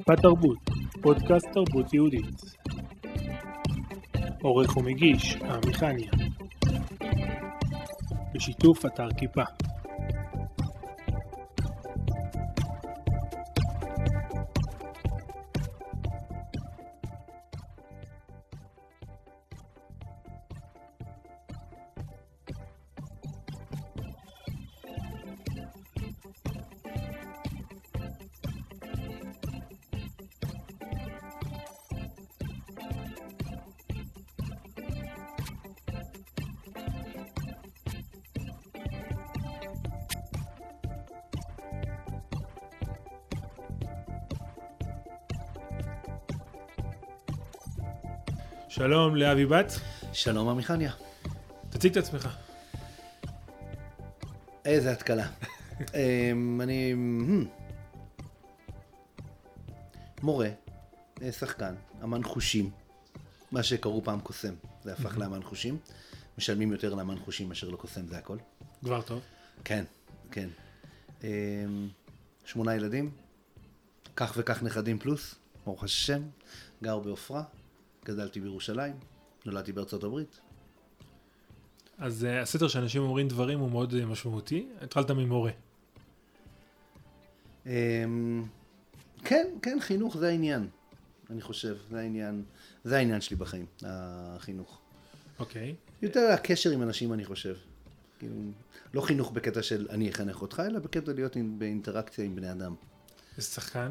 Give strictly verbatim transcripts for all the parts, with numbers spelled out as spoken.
טיפה תרבות, פודקאסט תרבות יהודית. עורך ומגיש, עמיחניה. בשיתוף אתר כיפה. שלום לאבי בת. שלום עמיחניה. תציג את עצמך. איזה התקלה. אני מורה, שחקן, אמן חושים, מה שקראו פעם קוסם, זה הפך לאמן חושים. משלמים יותר לאמן חושים מאשר לקוסם, זה הכל. כבר טוב. כן, כן. שמונה ילדים, כך וכך נכדים פלוס, ברוך השם, גר בעופרה. גדלתי בירושלים, נולדתי בארצות הברית. אז uh, הסדר שאנשים אומרים דברים הוא מאוד uh, משמעותי. התחלת ממורה. Um, כן, כן, חינוך זה העניין. אני חושב, זה העניין, זה העניין שלי בחיים, החינוך. אוקיי. Okay. יותר הקשר עם אנשים, אני חושב. כאילו, לא חינוך בקטע של אני אחנך אותך, אלא בקטע להיות באינטראקציה עם בני אדם. איזה שחקן?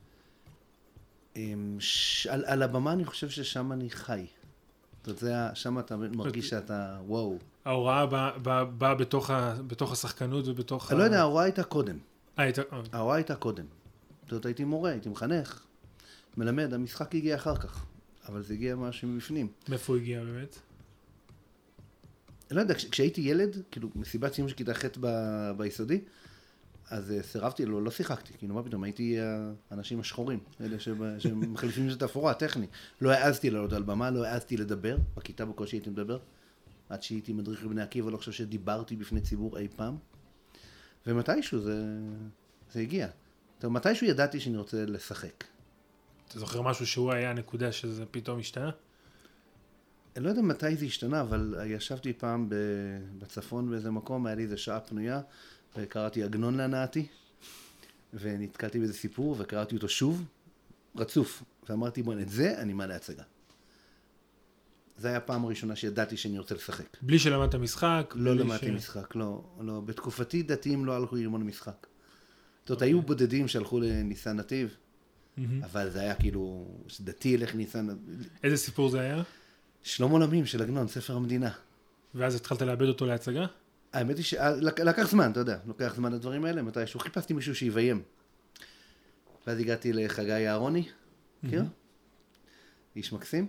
ש... על, על הבמה אני חושב ששם אני חי. זאת אומרת, שם אתה מרגיש שאתה, וואו. ההוראה באה בא, בא בתוך, ה... בתוך השחקנות ובתוך... אני ה... לא יודע, ההוראה הייתה קודם. היית... ההוראה הייתה קודם. זאת אומרת, הייתי מורה, הייתי מחנך, מלמד, המשחק הגיע אחר כך. אבל זה הגיע משהו מבפנים. מאיפה הוא הגיע באמת? אני לא יודע, כש... כשהייתי ילד, כאילו, מסיבת סיום של כיתה ח' ב... ביסודי, אז סירבתי, לא, לא שיחקתי, כאילו מה פתאום, הייתי האנשים השחורים, אלה שמחליפים את האפורה, הטכני. לא העזתי לעלות על במה, לא העזתי לדבר, בכיתה בקושי הייתי מדבר, עד שהייתי מדריך בבני עקיבא, לא חושב שדיברתי בפני ציבור אי פעם, ומתישהו זה, זה הגיע. טוב, מתישהו ידעתי שאני רוצה לשחק. אתה זוכר משהו שהוא היה הנקודה שזה פתאום השתנה? אני לא יודע מתי זה השתנה, אבל ישבתי פעם בצפון באיזה מקום, היה לי איזה שעה פנויה, וקראתי עגנון להנאתי, ונתקלתי באיזה סיפור, וקראתי אותו שוב, רצוף, ואמרתי בוא, את זה אני מעלה הצגה. זה היה הפעם הראשונה שידעתי שאני רוצה לשחק. בלי שלמדת משחק? לא למדתי ש... משחק, לא, לא. בתקופתי דתיים לא הלכו ללמוד משחק. זאת אומרת, היו בודדים שהלכו לניסן נתיב, אבל זה היה כאילו, דתי ילך ניסן... איזה סיפור זה היה? שלום עולמים של עגנון, ספר המדינה. ואז התחלת לאבד אותו להצגה? האמת היא שלקח זמן, אתה יודע, לוקח זמן לדברים האלה, מתישהו חיפשתי מישהו שיביים. ואז הגעתי לחגי אהרוני, מכיר? איש מקסים.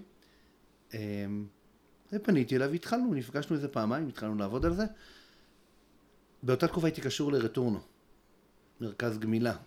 ופניתי אליו, התחלנו, נפגשנו איזה פעמיים, התחלנו לעבוד על זה. באותה תקופה הייתי קשור לרטורנו, מרכז גמילה.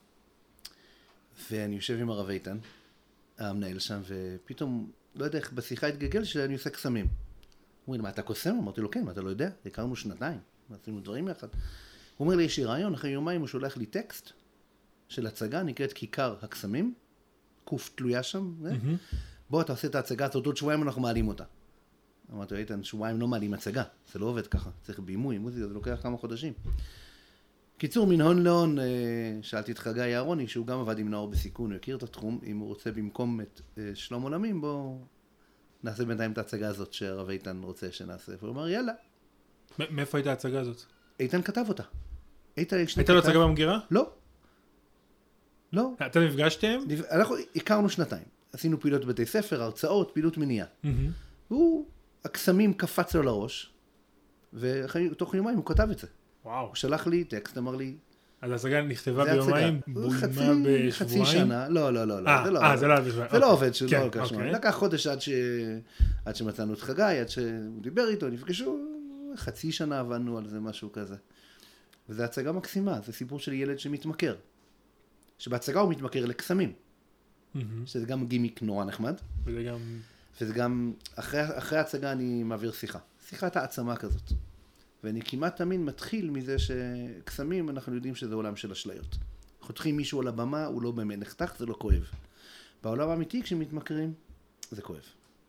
ואני יושב עם הרב איתן, המנהל שם, ופתאום, לא יודע איך, בשיחה התגגל שאני עושה קסמים. הוא אומר, מה אתה קוסם? אמרתי לו, כן, מה אתה לא יודע? הכרנו שנתיים, עשינו דברים יחד. הוא אומר לי, יש לי רעיון, אחרי יומיים הוא שולח לי טקסט של הצגה, נקראת כיכר הקסמים, קוף תלויה שם, בוא, אתה עושה את ההצגה הזאת, עוד שבועיים אנחנו מעלים אותה. אמרתי, איתן, שבועיים לא מעלים הצגה, זה לא עובד ככה, צריך בימוי, מוזיקה, זה לוקח כמה חודשים. קיצור, מן הון להון, שאלתי את חגי אהרוני, שהוא גם עבד עם נוער בסיכון, הוא הכיר את התחום, אם הוא רוצה במקום את שלום עולמים, בוא... נעשה בינתיים את ההצגה הזאת שהרב איתן רוצה שנעשה. והוא אמר, יאללה. מאיפה הייתה ההצגה הזאת? איתן כתב אותה. הייתה לו הצגה במגירה? לא. לא. אתם נפגשתם? אנחנו הכרנו שנתיים. עשינו פעילות בבתי ספר, הרצאות, פעילות מניעה. הוא, הקסמים קפץ לו לראש, ותוך יומיים הוא כתב את זה. וואו. הוא שלח לי טקסט, אמר לי, אז ההצגה נכתבה ביומיים, בוימה בשבועיים? חצי שנה, לא, לא, לא, אה, זה לא עובד. זה לא עובד, שלא לקח שבועיים. לקח חודש עד שמצאנו את חגי, עד שהוא דיבר איתו, נפגשו, חצי שנה עבדנו על זה, משהו כזה. וזו הצגה מקסימה, זה סיפור של ילד שמתמכר. שבהצגה הוא מתמכר לקסמים. שזה גם גימיק נורא נחמד. וזה גם... וזה גם, אחרי ההצגה אני מעביר שיחה. שיחת העצמה כזאת. ואני כמעט תמיד מתחיל מזה שקסמים, אנחנו יודעים שזה עולם של אשליות. חותכים מישהו על הבמה, הוא לא באמת נחתך, זה לא כואב. בעולם האמיתי, כשמתמכרים, זה כואב.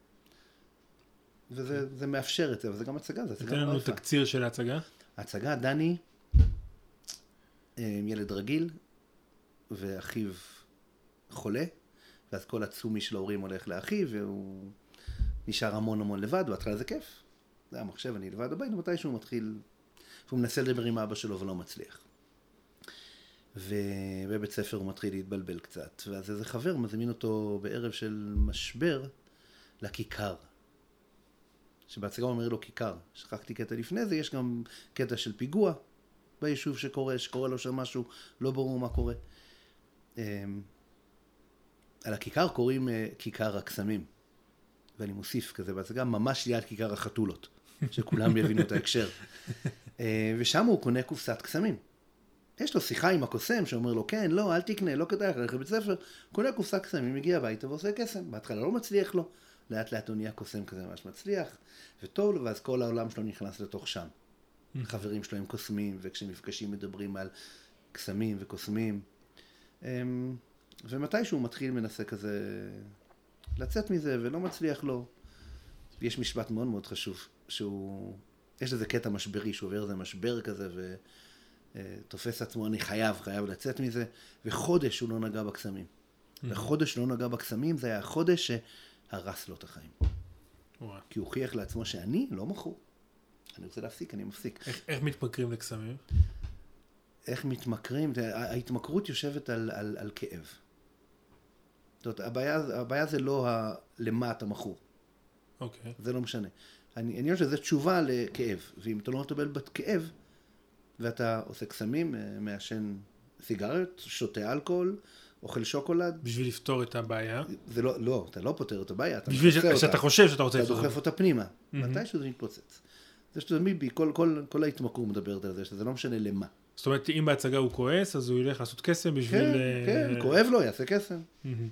וזה זה מאפשר את זה, אבל זה גם הצגה, זה הצגה נתן לנו תקציר של ההצגה. ההצגה, דני, ילד רגיל, ואחיו חולה, ואז כל הצומי של ההורים הולך לאחיו, והוא נשאר המון המון לבד, בהתחלה זה כיף. זה המחשב, אני לבד הבית, ומתי שהוא מתחיל, והוא מנסה לדבר עם אבא שלו ולא מצליח. ובבית ספר הוא מתחיל להתבלבל קצת, ואז איזה חבר מזמין אותו בערב של משבר לכיכר. שבהצגה הוא אומר לו כיכר. שכחתי קטע לפני זה, יש גם קטע של פיגוע ביישוב שקורה, שקורה לו שם משהו, לא ברור מה קורה. על הכיכר קוראים כיכר הקסמים. ואני מוסיף כזה בהצגה, ממש ליד כיכר החתולות, שכולם יבינו את ההקשר. ושם הוא קונה קופסת קסמים. יש לו שיחה עם הקוסם שאומר לו, כן, לא, אל תקנה, לא כדאי, ללכת לבית ספר. קונה קופסת קסמים, מגיע הביתה ועושה קסם. בהתחלה לא מצליח לו, לאט לאט הוא נהיה קוסם כזה ממש מצליח, וטוב לו, ואז כל העולם שלו נכנס לתוך שם. חברים שלו הם קוסמים, וכשנפגשים מדברים על קסמים וקוסמים. ומתישהו הוא מתחיל מנסה כזה לצאת מזה, ולא מצליח לו. יש משפט מאוד מאוד חשוב, שהוא, יש לזה קטע משברי, שהוא עובר איזה משבר כזה, ותופס עצמו, אני חייב, חייב לצאת מזה, וחודש הוא לא נגע בקסמים. וחודש לא נגע בקסמים, זה היה החודש שהרס לו את החיים. כי הוא הוכיח לעצמו שאני לא מכור. אני רוצה להפסיק, אני מפסיק. איך, איך מתמכרים לקסמים? איך מתמכרים? ההתמכרות יושבת על, על, על כאב. זאת אומרת, הבעיה, הבעיה זה לא ה... למה אתה מכור. אוקיי. זה לא משנה. אני, אני חושב שזה תשובה לכאב. ואם אתה לא מטפל בכאב, ואתה עושה קסמים, מעשן סיגריות, שותה אלכוהול, אוכל שוקולד. בשביל לפתור את הבעיה? זה לא, לא, אתה לא פותר את הבעיה, אתה בשביל ש... שאתה חושב שאתה רוצה לפתור. אתה דוחף אותה פנימה. מתי שזה מתפוצץ. זה שאתה תמיד בי, כל, כל, כל ההתמכרות מדברת על זה, שזה לא משנה למה. זאת אומרת, אם בהצגה הוא כועס, אז הוא ילך לעשות קסם בשביל... כן, כן, כואב לו, יעשה קסם.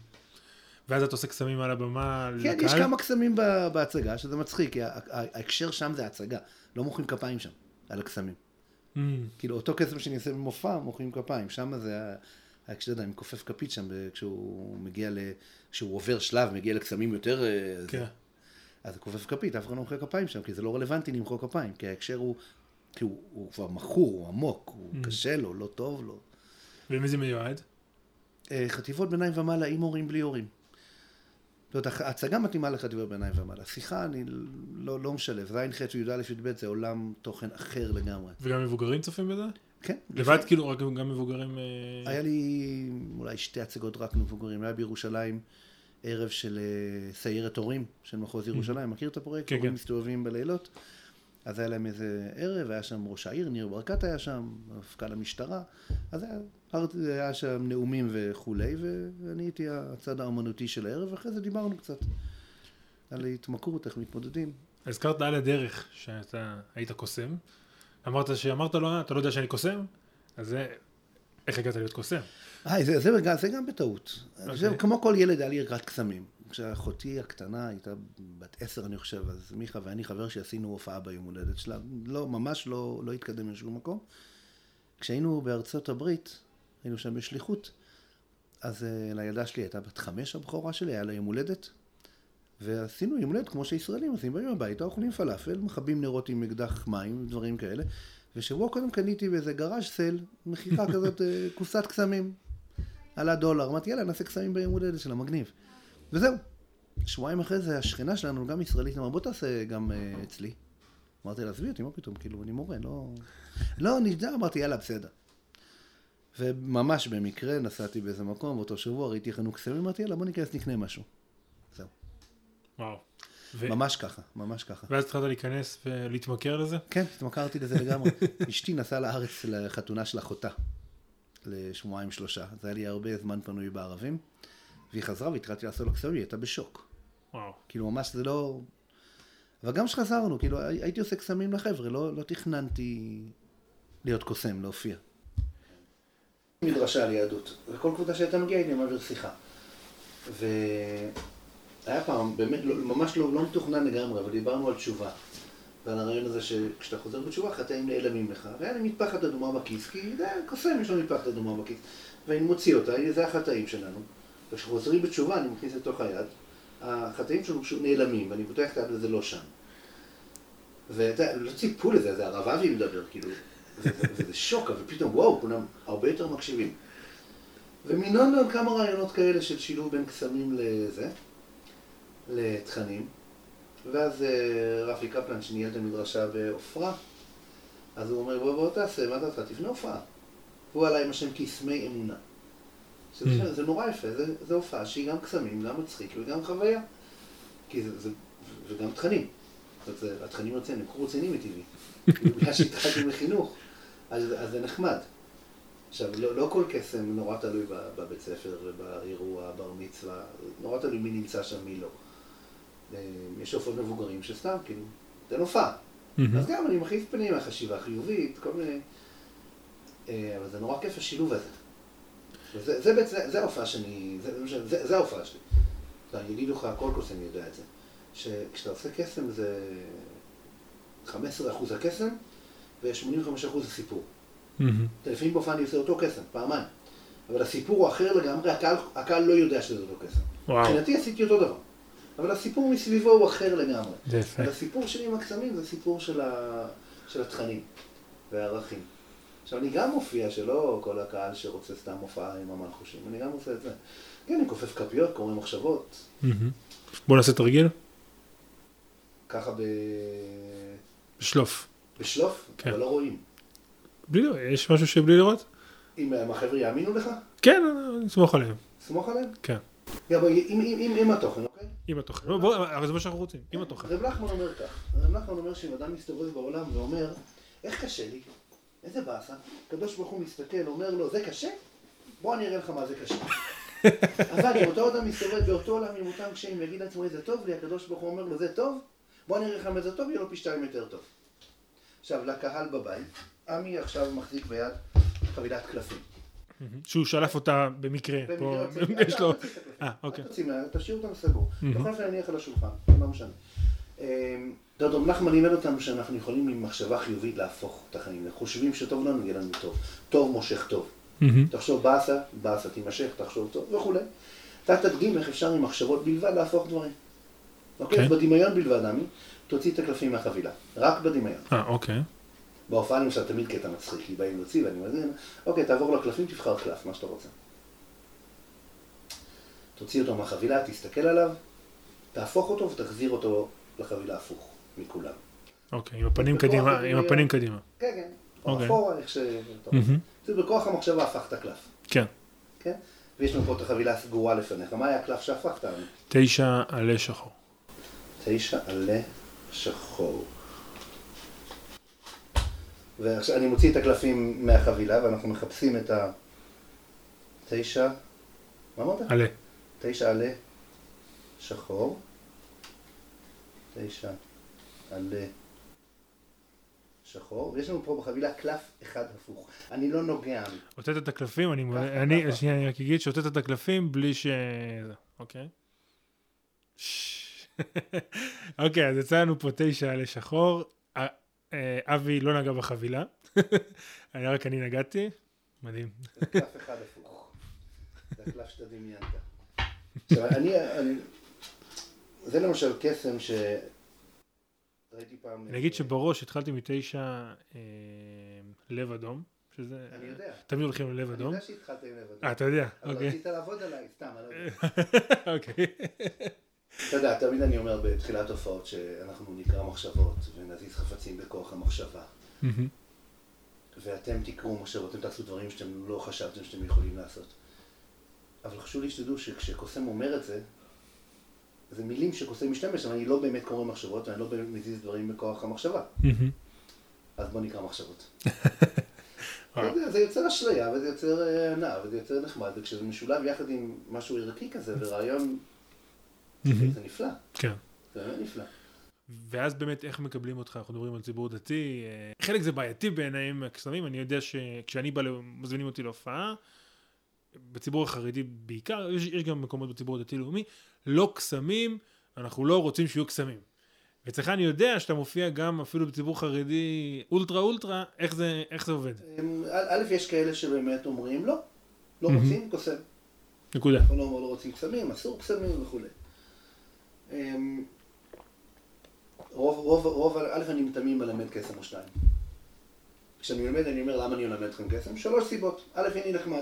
ואז אתה עושה קסמים על הבמה לקהל? כן, יש כמה קסמים בהצגה, שזה מצחיק, כי ההקשר שם זה הצגה. לא מוחאים כפיים שם, על הקסמים. כאילו, אותו קסם שאני עושה במופע, מוחאים כפיים. שם זה ההקשר, אני מכופף כפית שם, כשהוא מגיע ל... כשהוא עובר שלב, מגיע לקסמים יותר... כן. אז הוא כופף כפית, אף אחד לא מוחא כפיים שם, כי זה לא רלוונטי למחוא כפיים, כי ההקשר הוא... כי הוא, הוא כבר מכור, הוא עמוק, הוא mm. קשה לו, לא טוב לו. ומי זה מיועד? חטיבות ביניים ומעלה, עם הורים בלי הורים. זאת אומרת, ההצגה מתאימה לחטיבות ביניים ומעלה. שיחה, אני לא, לא משלב. זין ח' וי"א י"ב זה עולם תוכן אחר לגמרי. וגם מבוגרים צופים בזה? כן. לבד כאילו, רק גם מבוגרים... היה לי אולי שתי הצגות רק מבוגרים. היה בירושלים ערב של סיירת הורים של מחוז ירושלים. מכיר את הפרויקט? הורים מסתובבים בלילות. אז היה להם איזה ערב, היה שם ראש העיר, ניר ברקת היה שם, מפכ"ל המשטרה, אז היה, היה שם נאומים וכולי, ואני הייתי הצד האמנותי של הערב, ואחרי זה דיברנו קצת על התמכרות, איך מתמודדים. הזכרת על הדרך שאתה היית קוסם, אמרת שאמרת לו, אתה לא יודע שאני קוסם, אז זה, איך הגעת להיות קוסם? אה, זה, זה, זה, זה גם בטעות. Okay. זה, כמו כל ילד היה לי ירקת קסמים. כשאחותי הקטנה הייתה בת עשר, אני חושב, אז מיכה ואני חבר שעשינו הופעה ביום הולדת שלה, לא, ממש לא, לא התקדם לשום מקום. כשהיינו בארצות הברית, היינו שם בשליחות, אז uh, לילדה שלי הייתה בת חמש הבכורה שלי, היה לה יום הולדת, ועשינו יום הולדת כמו שישראלים, עושים ביום הביתה, אוכלים פלאפל, מכבים נרות עם אקדח מים, דברים כאלה, ושבוע קודם קניתי באיזה גראז' סל, מחירה כזאת, קופסת קסמים, עלה דולר, אמרתי, יאללה, נעשה קסמים ביום הולדת שלה, מגניב. וזהו. שבועיים אחרי זה, השכנה שלנו, גם ישראלית, אמרה, בוא תעשה גם uh, אצלי. אמרתי לה, עזבי אותי, מה פתאום, כאילו, אני מורה, לא... לא, נשדע, אמרתי, יאללה, בסדר. וממש במקרה נסעתי באיזה מקום, באותו שבוע, ראיתי איך אנו קסמים, אמרתי, יאללה, בוא ניכנס, נקנה משהו. זהו. וואו. ו... ממש ככה, ממש ככה. ואז התחלת להיכנס ולהתמכר לזה? כן, התמכרתי לזה לגמרי. אשתי נסעה לארץ לחתונה של אחותה, לשבועיים שלושה. זה היה לי הרבה זמן פנוי בערבים. והיא חזרה והתחלתי לעשות לו קסמים, היא הייתה בשוק. וואו. כאילו ממש זה לא... אבל גם שחזרנו, כאילו הייתי עושה קסמים לחבר'ה, לא, לא תכננתי להיות קוסם, להופיע. מדרשה על יהדות, וכל קבוצה שהייתה מגיעה הייתי מעביר שיחה. והיה פעם, באמת, לא, ממש לא, לא מתוכנן לגמרי, אבל דיברנו על תשובה. ועל הרעיון הזה שכשאתה חוזר בתשובה, חטאים נעלמים לך, והיה לי מטפחת אדומה בכיס, כי זה קוסם, יש לו מטפחת אדומה בכיס, ואני מוציא אותה, זה החטאים שלנו. וכשחוזרים בתשובה, אני מכניס לתוך היד, החטאים שלנו פשוט נעלמים, ואני פותח את היד וזה לא שם. ולא ציפו לזה, זה הרב אבי מדבר, כאילו, וזה שוק, אבל פתאום, וואו, כולם הרבה יותר מקשיבים. ומלונדון כמה רעיונות כאלה של שילוב בין קסמים לזה, לתכנים. ואז רפי קפלן שניהל את המדרשה בעופרה, אז הוא אומר, בוא בוא תעשה, מה אתה תפנה הופעה? והוא עלה עם השם קסמי אמונה. זה, זה נורא יפה, זה, זה הופעה שהיא גם קסמים, גם מצחיק וגם חוויה. כי זה, זה, וגם תכנים. זאת אומרת, התכנים רציניים, הם קרו רציניים מטבעי. בגלל שהתחלתי בחינוך, אז, אז זה נחמד. עכשיו, לא, לא כל קסם נורא תלוי בבית ספר, באירוע, בר מצווה, נורא תלוי מי נמצא שם, מי לא. יש הופעות מבוגרים שסתם, כאילו, זה נופע. אז גם אני מכניס פנים מהחשיבה חיובית, כל מיני... אבל זה נורא כיף השילוב הזה. וזה, זה בעצם, זה ההופעה שאני, זה, זה, זה ההופעה שלי. אני אגיד לך, כל קוסם יודע את זה. שכשאתה עושה קסם זה חמישה עשר אחוז הקסם, ו-שמונים וחמישה אחוז הסיפור. לפעמים בהופעה אני עושה אותו קסם, פעמיים. אבל הסיפור הוא אחר לגמרי, הקהל, הקהל לא יודע שזה אותו קסם. מבחינתי עשיתי אותו דבר. אבל הסיפור מסביבו הוא אחר לגמרי. הסיפור שלי עם הקסמים זה סיפור של, ה... של התכנים והערכים. עכשיו אני גם מופיע שלא כל הקהל שרוצה סתם מופעה עם המלחושים, אני גם עושה את זה. כן, אני כופף כפיות, קורא מחשבות. בוא נעשה תרגיל. ככה ב... בשלוף. בשלוף? כן. אבל לא רואים. בלי לראות, יש משהו שבלי לראות? אם החבר'ה יאמינו לך? כן, אני סמוך עליהם. סמוך עליהם? כן. עם התוכן, אוקיי? עם התוכן, אבל זה מה שאנחנו רוצים, עם התוכן. רב נחמן אומר כך, רב נחמן אומר שאם אדם מסתובב בעולם ואומר, איך קשה לי? איזה באסה? הקדוש ברוך הוא מסתכל, אומר לו, זה קשה? בוא אני אראה לך מה זה קשה. אבל אם אותו אדם מסתובב באותו עולם עם אותם קשיים ויגיד לעצמו, איזה טוב לי, הקדוש ברוך הוא אומר לו, זה טוב? בוא אני אראה לך מה זה טוב, יהיה לו פי שתיים יותר טוב. עכשיו, לקהל בבית, עמי עכשיו מחזיק ביד חבילת קלפים. שהוא שלף אותה במקרה, פה יש לו... אה, אוקיי. תשאיר אותם סגור. בכל אופן נניח על השולחן, לא משנה. דודו נחמן לימד אותנו שאנחנו יכולים עם מחשבה חיובית להפוך את החיים. אנחנו חושבים שטוב לנו, יהיה לנו טוב. טוב מושך טוב. תחשוב באסה, באסה תימשך, תחשוב טוב וכו'. אתה תדגים איך אפשר עם מחשבות בלבד להפוך דברים. אוקיי? אז בדמיון בלבד, עמי, תוציא את הקלפים מהחבילה. רק בדמיון. אה, אוקיי. בהופעה למשל תמיד קטע מצחיק, כי באים להוציא ואני מזין, אוקיי, תעבור לקלפים, תבחר קלף, מה שאתה רוצה. תוציא אותו מהחבילה, תסתכל עליו, תהפוך אותו ותחזיר אותו לחבילה הפוך, מכולם. אוקיי, עם הפנים קדימה, עם הפנים קדימה. כן, כן, או אחורה, איך ש... זה בכוח המחשבה הפך את הקלף. כן. כן? ויש לנו פה את החבילה הסגורה לפניך. מה היה הקלף שהפכת? תשע עלי שחור. תשע עלי שחור. ועכשיו אני מוציא את הקלפים מהחבילה ואנחנו מחפשים את התשע, מה אמרת? עלה. תשע עלה שחור. תשע עלה שחור. ויש לנו פה בחבילה קלף אחד הפוך. אני לא נוגע. אותת את הקלפים, אני, אני, שנייה, אני רק אגיד שאותת את הקלפים בלי ש... אוקיי. אוקיי, אז יצא לנו פה תשע עלה שחור. אבי לא נגע בחבילה, אני רק אני נגעתי, מדהים. זה קלף אחד הפוך, זה הקלף שאתה דמיינת. עכשיו, אני, זה למשל קסם שראיתי פעם... אני אגיד שבראש התחלתי מתשע לב אדום, שזה... אני יודע. תמיד הולכים ללב אדום. אני יודע שהתחלת עם לב אדום. אה, אתה יודע, אוקיי. אבל רצית לעבוד עליי, סתם, אני לא יודע. אוקיי. אתה יודע, תמיד אני אומר בתחילת הופעות שאנחנו נקרא מחשבות ונזיז חפצים בכוח המחשבה. ואתם תקראו מחשבות, אתם תעשו דברים שאתם לא חשבתם שאתם יכולים לעשות. אבל חשוב לי שתדעו שכשקוסם אומר את זה, זה מילים שקוסם משתמש, אבל אני לא באמת קורא מחשבות ואני לא באמת מזיז דברים בכוח המחשבה. אז בוא נקרא מחשבות. זה יוצר אשליה וזה יוצר הנאה וזה יוצר נחמד, וכשזה משולב יחד עם משהו ערכי כזה ורעיון, זה נפלא. כן. זה באמת נפלא. ואז באמת איך מקבלים אותך? אנחנו מדברים על ציבור דתי. חלק זה בעייתי בעיניים הקסמים. אני יודע שכשאני בא, מזמינים אותי להופעה, בציבור החרדי בעיקר, יש, יש גם מקומות בציבור הדתי לאומי, לא קסמים, אנחנו לא רוצים שיהיו קסמים. אצלך אני יודע שאתה מופיע גם אפילו בציבור חרדי אולטרה אולטרה, איך זה, איך זה עובד? א', יש כאלה שבאמת אומרים לא, לא רוצים קוסם. נקודה. או לא, לא רוצים קסמים, אסור קסמים וכו'. רוב, רוב, רוב, א', אני מתאמים ללמד קסם או שניים. כשאני מלמד, אני אומר, למה אני אלמד אתכם קסם? שלוש סיבות. א', אני נחמד.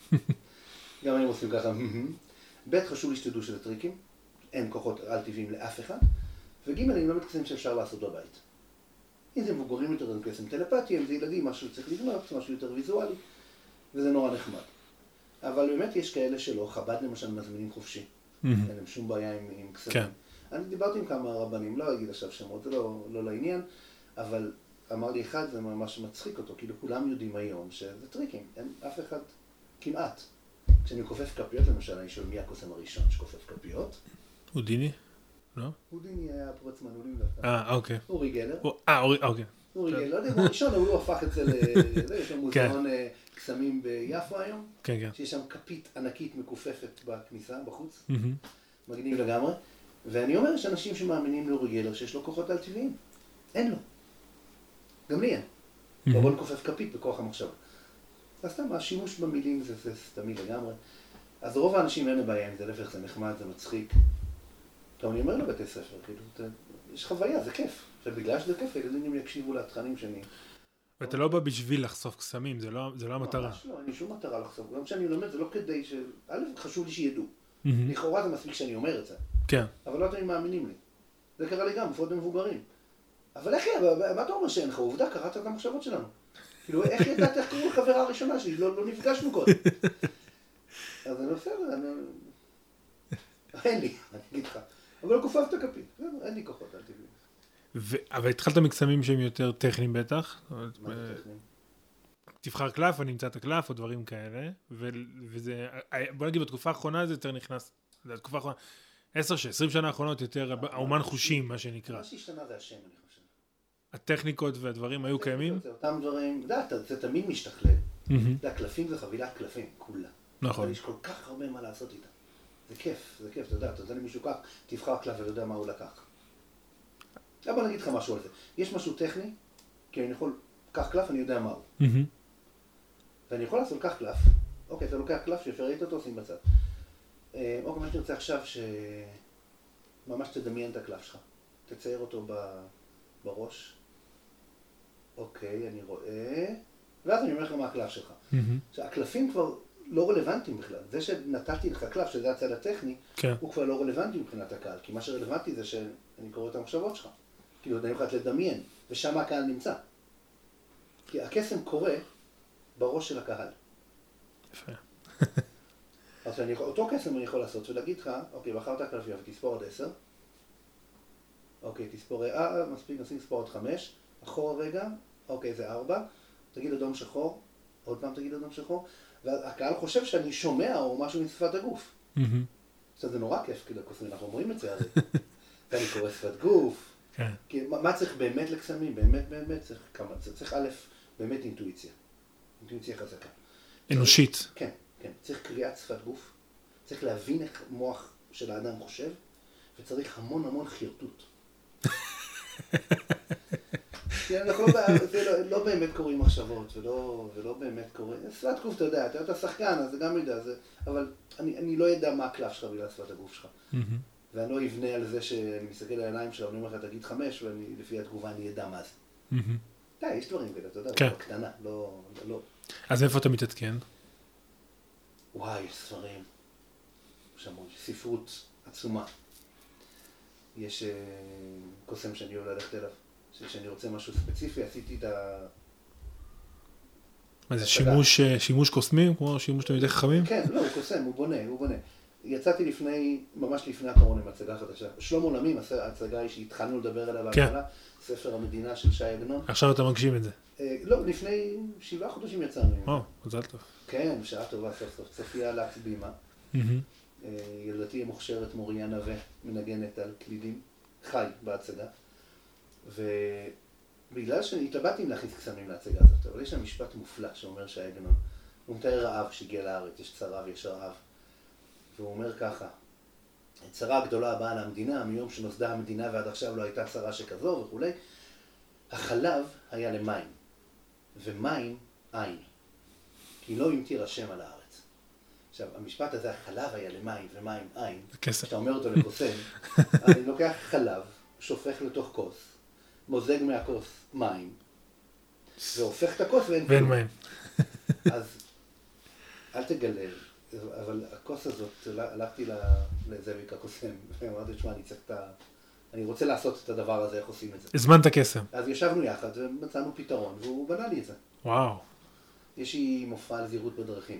גם אני עושים ככה. ב', חשוב לי שתדעו שזה טריקים. אין כוחות על טבעיים לאף אחד. וג', אני מלמד קסם שאפשר לעשות בבית. אם זה מבוגרים יותר, זה קסם טלפתי, אם זה ילדים, משהו שצריך לבנות, משהו יותר ויזואלי. וזה נורא נחמד. אבל באמת יש כאלה שלא, חב"ד למשל מזמינים חופשי. אין להם שום בעיה עם, עם קסמים. אני דיברתי עם כמה רבנים, לא אגיד עכשיו שמות, זה לא, לא לעניין, אבל אמר לי אחד, זה ממש מצחיק אותו, כאילו כולם יודעים היום שזה טריקים, אין אף אחד כמעט. כשאני כופף כפיות למשל, אני שואל מי הקוסם הראשון שכופף כפיות? הודיני? לא? הודיני היה פורץ מנעולים דווקא. אה, אוקיי. אורי גלר. אה, אורי, אוקיי. אורי גלר, לא יודע, הוא הראשון, אבל הוא הפך את זה ל... יש שם מוזיאון קסמים ביפו היום. כן, כן. שיש שם כפית ענקית מקופפת בכניסה, בחוץ. מגניב לגמרי. ואני אומר, יש אנשים שמאמינים לאורי גלר שיש לו כוחות על טבעיים. אין לו. גם לי אין. לא בוא נכופף כפית בכוח המחשבה. אז סתם, השימוש במילים זה, זה תמיד לגמרי. אז רוב האנשים אין לבעיה עם זה, להפך, זה נחמד, זה מצחיק. טוב, אני אומר לבתי ספר, כאילו, אתה, יש חוויה, זה כיף. ובגלל שזה כיף, הילדים יקשיבו לתכנים שאני... ואתה לא בא בשביל לחשוף קסמים, זה לא, זה לא המטרה. ממש לא, אין לי שום מטרה לחשוף. גם כשאני לומד, זה לא כדי ש... א', חשוב לי שידעו. לכאורה זה מספיק שאני אומר את זה. כן. אבל לא אתם מאמינים לי. זה קרה לי גם, בפרוט במבוגרים. אבל איך, מה אתה אומר שאין לך? עובדה, קראת את המחשבות שלנו. כאילו, איך ידעת, איך קראו לחברה הראשונה שלי? לא, לא נפגשנו קודם. אז אני בסדר, אני... אין לי, אני אגיד לך. אבל לא כופף את הכפית. אין לי כוחות, אל תביא. אבל התחלת מקסמים שהם יותר טכניים בטח. מה זה טכניים? תבחר קלף, אני אמצא את הקלף או דברים כאלה. וזה, בוא נגיד, בתקופה האחרונה זה יותר נכנס, בתקופה האחרונה, עשר, עשרים שנה האחרונות יותר, האומן חושים, מה שנקרא. מה שהשתנה זה השם, אני חושב. הטכניקות והדברים היו קיימים? זה אותם דברים, זה תמיד משתכלל. הקלפים זה חבילת קלפים, כולה. נכון. יש כל כך הרבה מה לעשות איתה. זה כיף, זה כיף, אתה יודע, אתה יודע למישהו כך, תבחר קלף ולא יודע מה הוא לקח. עכשיו בוא נגיד לך משהו על זה. יש משהו טכני, כי אני יכול, קח קלף, אני יודע מהו. ואני יכול לעשות כך קלף, אוקיי, אתה לוקח קלף שאפשר ראית אותו, שים בצד. אוקיי, מה שאני רוצה עכשיו, שממש תדמיין את הקלף שלך. תצייר אותו בראש. אוקיי, אני רואה, ואז אני אומר לך מה הקלף שלך. עכשיו, הקלפים כבר לא רלוונטיים בכלל. זה שנתתי לך קלף, שזה הצד הטכני, הוא כבר לא רלוונטי מבחינת הקהל, כי מה שרלוונטי זה שאני קורא את המחשבות שלך. כאילו, אני יכול לדמיין, ושם הקהל נמצא. כי הקסם קורה בראש של הקהל. יפה. אז אני יכול, אותו קסם אני יכול לעשות, ולהגיד לך, אוקיי, בחרת קלפיה ותספור עד עשר. אוקיי, תספור, אה, מספיק, נשים לספור עוד חמש. אחורה רגע, אוקיי, זה ארבע. תגיד אדום שחור, עוד פעם תגיד אדום שחור. והקהל חושב שאני שומע או משהו משפת הגוף. עכשיו, זה נורא כיף, כאילו, אנחנו אומרים את זה הרי. ואני קורא שפת גוף. כי מה צריך באמת לקסמים? באמת, באמת, צריך כמה, צריך א', באמת אינטואיציה. אינטואיציה חזקה. אנושית. כן, כן. צריך קריאת שפת גוף. צריך להבין איך מוח של האדם חושב, וצריך המון המון חרטוט. זה לא באמת קוראים מחשבות, ולא באמת קוראים... שפת גוף, אתה יודע, אתה שחקן, אז זה גם יודע, אבל אני לא יודע מה הקלף שלך בגלל שפת הגוף שלך. ואני לא אבנה על זה שאני מסתכל על העיניים שלו, אני אומר לך, תגיד חמש, ולפי התגובה אני אדע מה זה. די, יש דברים כאלה, אתה יודע, זה בקטנה, לא... אז איפה אתה מתעדכן? וואי, יש ספרים. שם ספרות עצומה. יש קוסם שאני אוהב ללכת אליו. כשאני רוצה משהו ספציפי, עשיתי את ה... מה זה, שימוש קוסמים? כמו שימוש תלמידי חכמים? כן, לא, הוא קוסם, הוא בונה, הוא בונה. יצאתי לפני, ממש לפני הקורונה עם הצגה חדשה. שלום עולמים, ההצגה היא שהתחלנו לדבר עליה בהתחלה, ספר המדינה של שי עגנון. עכשיו אתה מגשים את זה. לא, לפני שבעה חודשים יצאנו. או, מזל טוב. כן, שעה טובה סוף סוף. צופיה לקס בימה. ילדתי המוכשרת מוריה נווה, מנגנת על קלידים, חי בהצגה. ובגלל שאני התלבטתי אם להכניס קסמים להצגה הזאת, אבל יש שם משפט מופלא שאומר שי עגנון. הוא מתאר רעב שהגיע לארץ, יש צרה ויש רעב. והוא אומר ככה, צרה גדולה באה למדינה, מיום שנוסדה המדינה ועד עכשיו לא הייתה צרה שכזו וכולי. החלב היה למים, ומים אין, כי לא ימטיר השם על הארץ. עכשיו, המשפט הזה, החלב היה למים ומים אין, כשאתה אומר אותו לקוסם, אני לוקח חלב, שופך לתוך כוס, מוזג מהכוס מים, והופך את הכוס ואין ואין מים. אז אל תגלה, אבל הכוס הזאת, הלכתי לזאביק הקוסם, ואמרתי, תשמע, אני צריך את ה... אני רוצה לעשות את הדבר הזה, איך עושים את זה. הזמנת קסם. אז ישבנו יחד ומצאנו פתרון, והוא בנה לי את זה. וואו. יש לי מופע על זהירות בדרכים.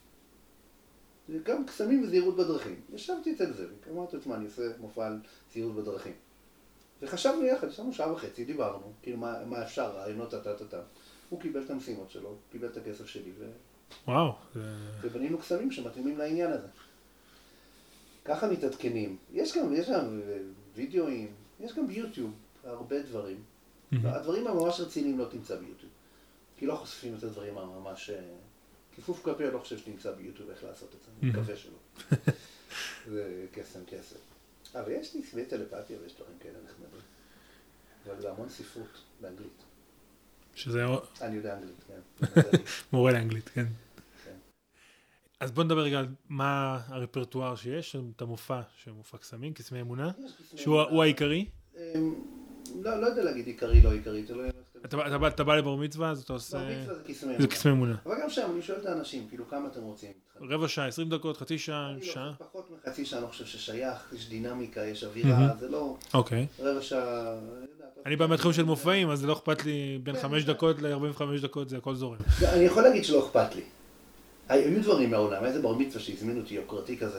גם קסמים וזהירות בדרכים. ישבתי אצל זאביק, אמרתי, תשמע, אני עושה מופע על זהירות בדרכים. וחשבנו יחד, ישבנו שעה וחצי, דיברנו, כאילו מה, מה אפשר, רעיונות, תת-תת-תת. הוא קיבל את המשימות שלו, קיבל את הכסף שלי, ו... וואו. ובנינו קסמים שמתאימים לעניין הזה. ככה מתעדכנים. יש גם, יש גם וידאוים, יש גם ביוטיוב, הרבה דברים. הדברים הממש רציניים לא תמצא ביוטיוב. כי לא חושפים את הדברים הממש... כיפוף כלפי, אני לא חושב שנמצא ביוטיוב איך לעשות את זה, אני מקווה שלא. זה קסם קסם. אבל יש לי סביבי טלפתיה ויש דברים כאלה נחמדים. אבל המון ספרות באנגלית. שזה... אני יודע אנגלית, כן. מורה לאנגלית, כן. אז בוא נדבר רגע על מה הרפרטואר שיש, את המופע, שמופע קסמים, קסמי אמונה, שהוא העיקרי. לא, לא יודע להגיד עיקרי, לא עיקרי. אתה בא לבר מצווה, אז אתה עושה... בר מצווה זה זה קסמי אמונה. אבל גם שם, אני שואל את האנשים, כאילו כמה אתם רוצים? רבע שעה, עשרים דקות, חצי שעה, שעה? פחות מחצי שעה, אני חושב ששייך, יש דינמיקה, יש אווירה, זה לא... אוקיי. רבע שעה... אני בא מהתחום של מופעים, אז זה לא אכפת לי בין חמש דקות ל-ארבעים וחמש דקות, זה הכל זורם. אני יכול להגיד שלא אכפת לי. היו דברים מהעולם, איזה בר מצווה שהזמינו אותי, יוקרתי כזה,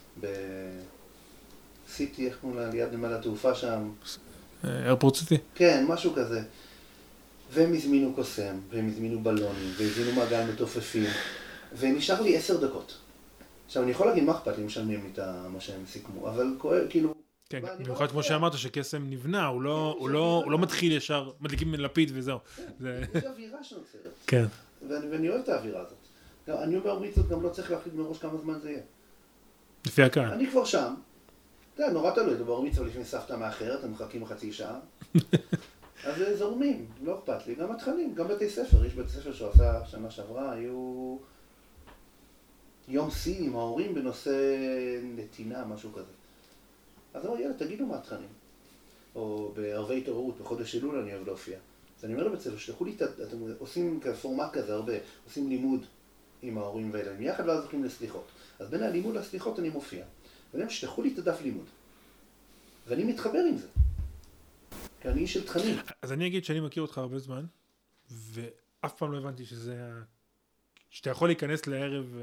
בסיטי, איך קוראים לה, ליד נמל התעופה שם. איירפורט סיטי? כן, משהו כזה. והם הזמינו קוסם, והם הזמינו בלונים, והזמינו מעגל מתופפים, ונשאר לי עשר דקות. עכשיו, אני יכול להגיד מה אכפת לי, משלמים לי את מה שהם סיכמו, אבל כאילו... כן, במיוחד כמו שאמרת שקסם נבנה, הוא לא מתחיל ישר, מדליקים מלפיד וזהו. יש אווירה שנוצרת. כן. ואני אוהב את האווירה הזאת. אני אומר מצוות, גם לא צריך להחליט מראש כמה זמן זה יהיה. לפי הקהל. אני כבר שם. אתה יודע, נורא תלוי, דבר מצווה לפני סבתא מאחרת, הם מחכים חצי שעה. אז זה זורמים, לא אכפת לי. גם התכנים, גם בתי ספר. יש בית ספר שעושה שנה שעברה, היו יום שיא עם ההורים בנושא נתינה, משהו כזה. אז אמר, יאללה, תגידו מה התכנים. או בערבי התעוררות, בחודש אלול אני אוהב להופיע. אז אני אומר לבית ספר, שלחו לי, אתם עושים פורמט כזה הרבה, עושים לימוד עם ההורים והילדים, יחד ואז הולכים לסליחות. אז בין הלימוד לסליחות אני מופיע. ואני שלחו לי את הדף לימוד. ואני מתחבר עם זה. כי אני איש של תכנים. אז אני אגיד שאני מכיר אותך הרבה זמן, ואף פעם לא הבנתי שזה... שאתה יכול להיכנס לערב...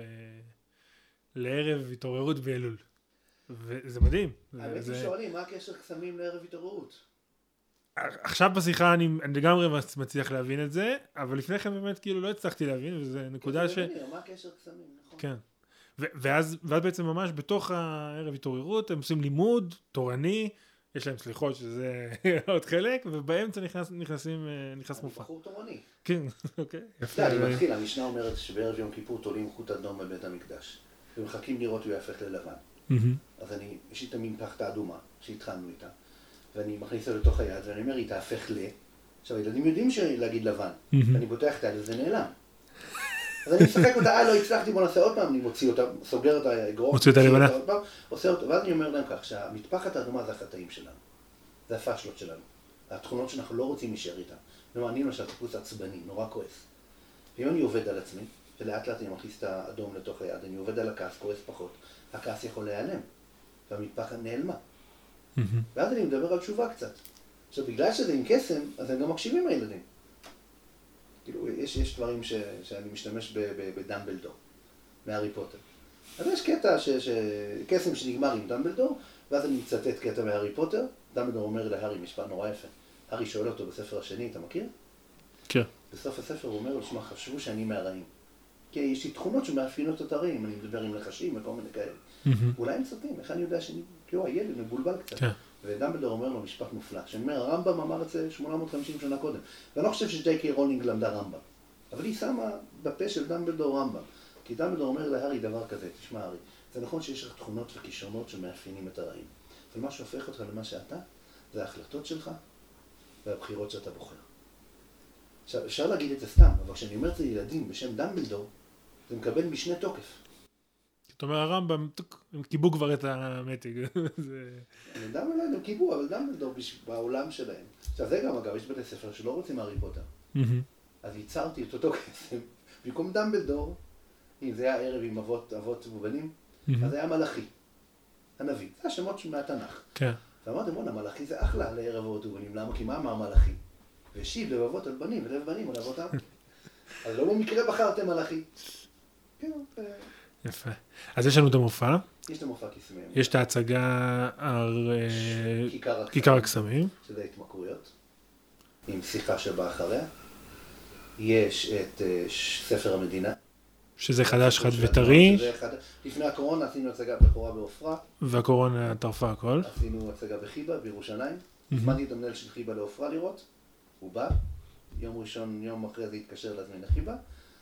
לערב התעוררות באלול. וזה מדהים. האמת זה... שואלים, מה הקשר קסמים לערב התעוררות? עכשיו בשיחה אני, אני לגמרי מצליח להבין את זה, אבל לפני כן באמת כאילו לא הצלחתי להבין, וזה נקודה ש... מה הקשר קסמים, נכון. כן. ו- ואז, ואז בעצם ממש בתוך הערב התעוררות, הם עושים לימוד תורני, יש להם סליחות שזה עוד חלק, ובאמצע נכנס, נכנסים, נכנס מופע. בחור תורני. כן, אוקיי. יפה. אני מתחיל, המשנה אומרת שבערב יום כיפור תולים חוט אדום בבית המקדש, ומחכים לראות הוא יהפך ללבן. אז אני, יש לי את המנפחת האדומה שהתחלנו איתה, ואני מכניס אותה לתוך היד, ואני אומר, היא תהפך ל... עכשיו, הילדים יודעים להגיד לבן, ואני פותח את היד, וזה נעלם. אז אני משחק אותה, אה, לא הצלחתי, בוא נעשה עוד פעם, אני מוציא אותה, סוגר את האגרוף, מוציא אותה לבנה. עושה אותה, ואז אני אומר להם כך, שהמטפחת האדומה זה החטאים שלנו, זה הפשלות שלנו, התכונות שאנחנו לא רוצים להישאר איתן. כלומר, אני למשל טיפוס עצבני, נורא כועס. ואם אני עובד על עצמי, ולאט לאט אני מכניס את האדום לתוך היד, אני עובד על הכעס, כועס פחות, הכעס יכול להיעלם, והמטפחת נעלמה. ואז אני מדבר על תשובה קצת. עכשיו, בגלל שזה עם קסם, אז הם גם מקשיבים הילדים. כאילו, יש, יש דברים ש, שאני משתמש ב, ב, בדמבלדור, מהארי פוטר. אז יש קטע, ש, ש, קסם שנגמר עם דמבלדור, ואז אני מצטט קטע מהארי פוטר, דמבלדור אומר להארי משפט נורא יפה. הארי שואל אותו בספר השני, אתה מכיר? כן. בסוף הספר הוא אומר לו, שמע, חשבו שאני מהרעים. כי יש לי תכונות שמאפיינות את הרעים, אני מדבר עם לחשים וכל מיני כאלה. אולי הם סרטים, איך אני יודע שאני, כאילו הילד מבולבל קצת. ודמבלדור אומר לו משפט מופלא, שאני אומר, הרמב"ם אמר את זה שמונה מאות וחמישים שנה קודם. ואני לא חושב שג'יי קיי רולינג למדה רמב"ם. אבל היא שמה בפה של דמבלדור רמב"ם. כי דמבלדור אומר להארי דבר כזה, תשמע הארי, זה נכון שיש לך תכונות וכישרונות שמאפיינים את הרעים. אבל מה שהופך אותך למה שאתה, זה ההחלטות שלך והבחירות שאתה בוחר. עכשיו, אפשר להגיד את זה סתם, אבל כשאני אומר את זה לילדים בשם דמבלדור, זה מקבל משנה תוקף. זאת אומרת, הרמב"ם, הם קיבלו כבר את המתג. דמבלדור הם קיבלו, אבל דמבלדור בעולם שלהם. עכשיו, זה גם אגב, יש בתי ספר שלא רוצים הארי פוטר. אז ייצרתי את אותו קסם, במקום דמבלדור, אם זה היה ערב עם אבות, אבות ובנים, אז היה מלאכי, הנביא. זה השמות מהתנ"ך. כן. ואמרתם, בוא'נה, מלאכי זה אחלה לערב אבות ובנים. למה? כי מה אמר מלאכי? והשיב לבבות על בנים ולב בנים על אבותם. אז לא במקרה בחרתם מלאכי. כן. יפה. אז יש לנו את המופע. יש את המופע קסמים. יש את ההצגה על כיכר הקסמים. שזה התמכרויות. עם שיחה שבאה אחריה. יש את ספר המדינה. שזה חדש חד וטרי. לפני הקורונה עשינו הצגה בכורה בעופרה. והקורונה טרפה הכל. עשינו הצגה בחיבה בירושלים. הזמנתי את המנהל של חיבה לעופרה לראות. הוא בא. יום ראשון, יום אחרי זה התקשר להזמין לחיבה.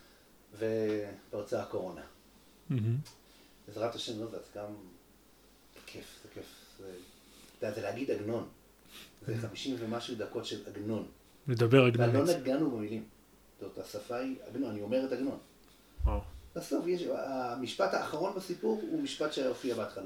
ופרצה הקורונה. בעזרת השם, לא, זה גם כיף, זה כיף. זה להגיד עגנון. זה חמישים ומשהו דקות של עגנון. לדבר עגנון. ולא נגענו במילים. זאת השפה היא עגנון, אני אומרת עגנון. בסוף, המשפט האחרון בסיפור הוא משפט שהופיע בהתחלה.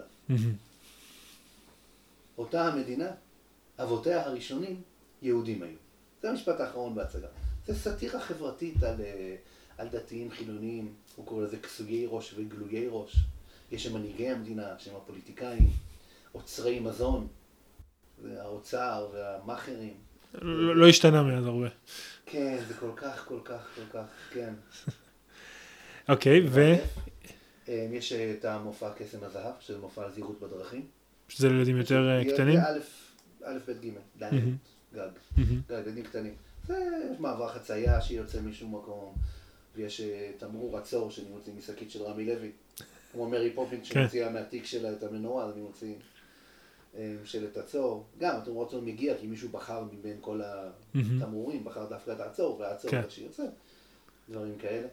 אותה המדינה, אבותיה הראשונים, יהודים היו. זה המשפט האחרון בהצגה. זה סאטירה חברתית על, על דתיים חילוניים, הוא קורא לזה כסויי ראש וגלויי ראש. יש שם מנהיגי המדינה, שם הפוליטיקאים, עוצרי מזון, האוצר והמאכרים. לא, לא השתנה מאז הרבה. כן, זה כל כך, כל כך, כל כך, כן. אוקיי, ו... יש את המופע קסם הזהב, שזה מופע על זהירות בדרכים. שזה לילדים יותר קטנים? זה א', ב', ג', ד', גג, גג, ילדים קטנים. זה מעבר חצייה שיוצא משום מקום, ויש תמרור עצור שאני מוציא משקית של רמי לוי, כמו מרי פופינס שמוציאה מהתיק שלה את המנורה, אז אני מוציא שלט עצור. גם, אתם רואים, מגיע כי מישהו בחר מבין כל התמרורים, בחר דווקא את העצור, והעצור איך שיוצא, דברים כאלה.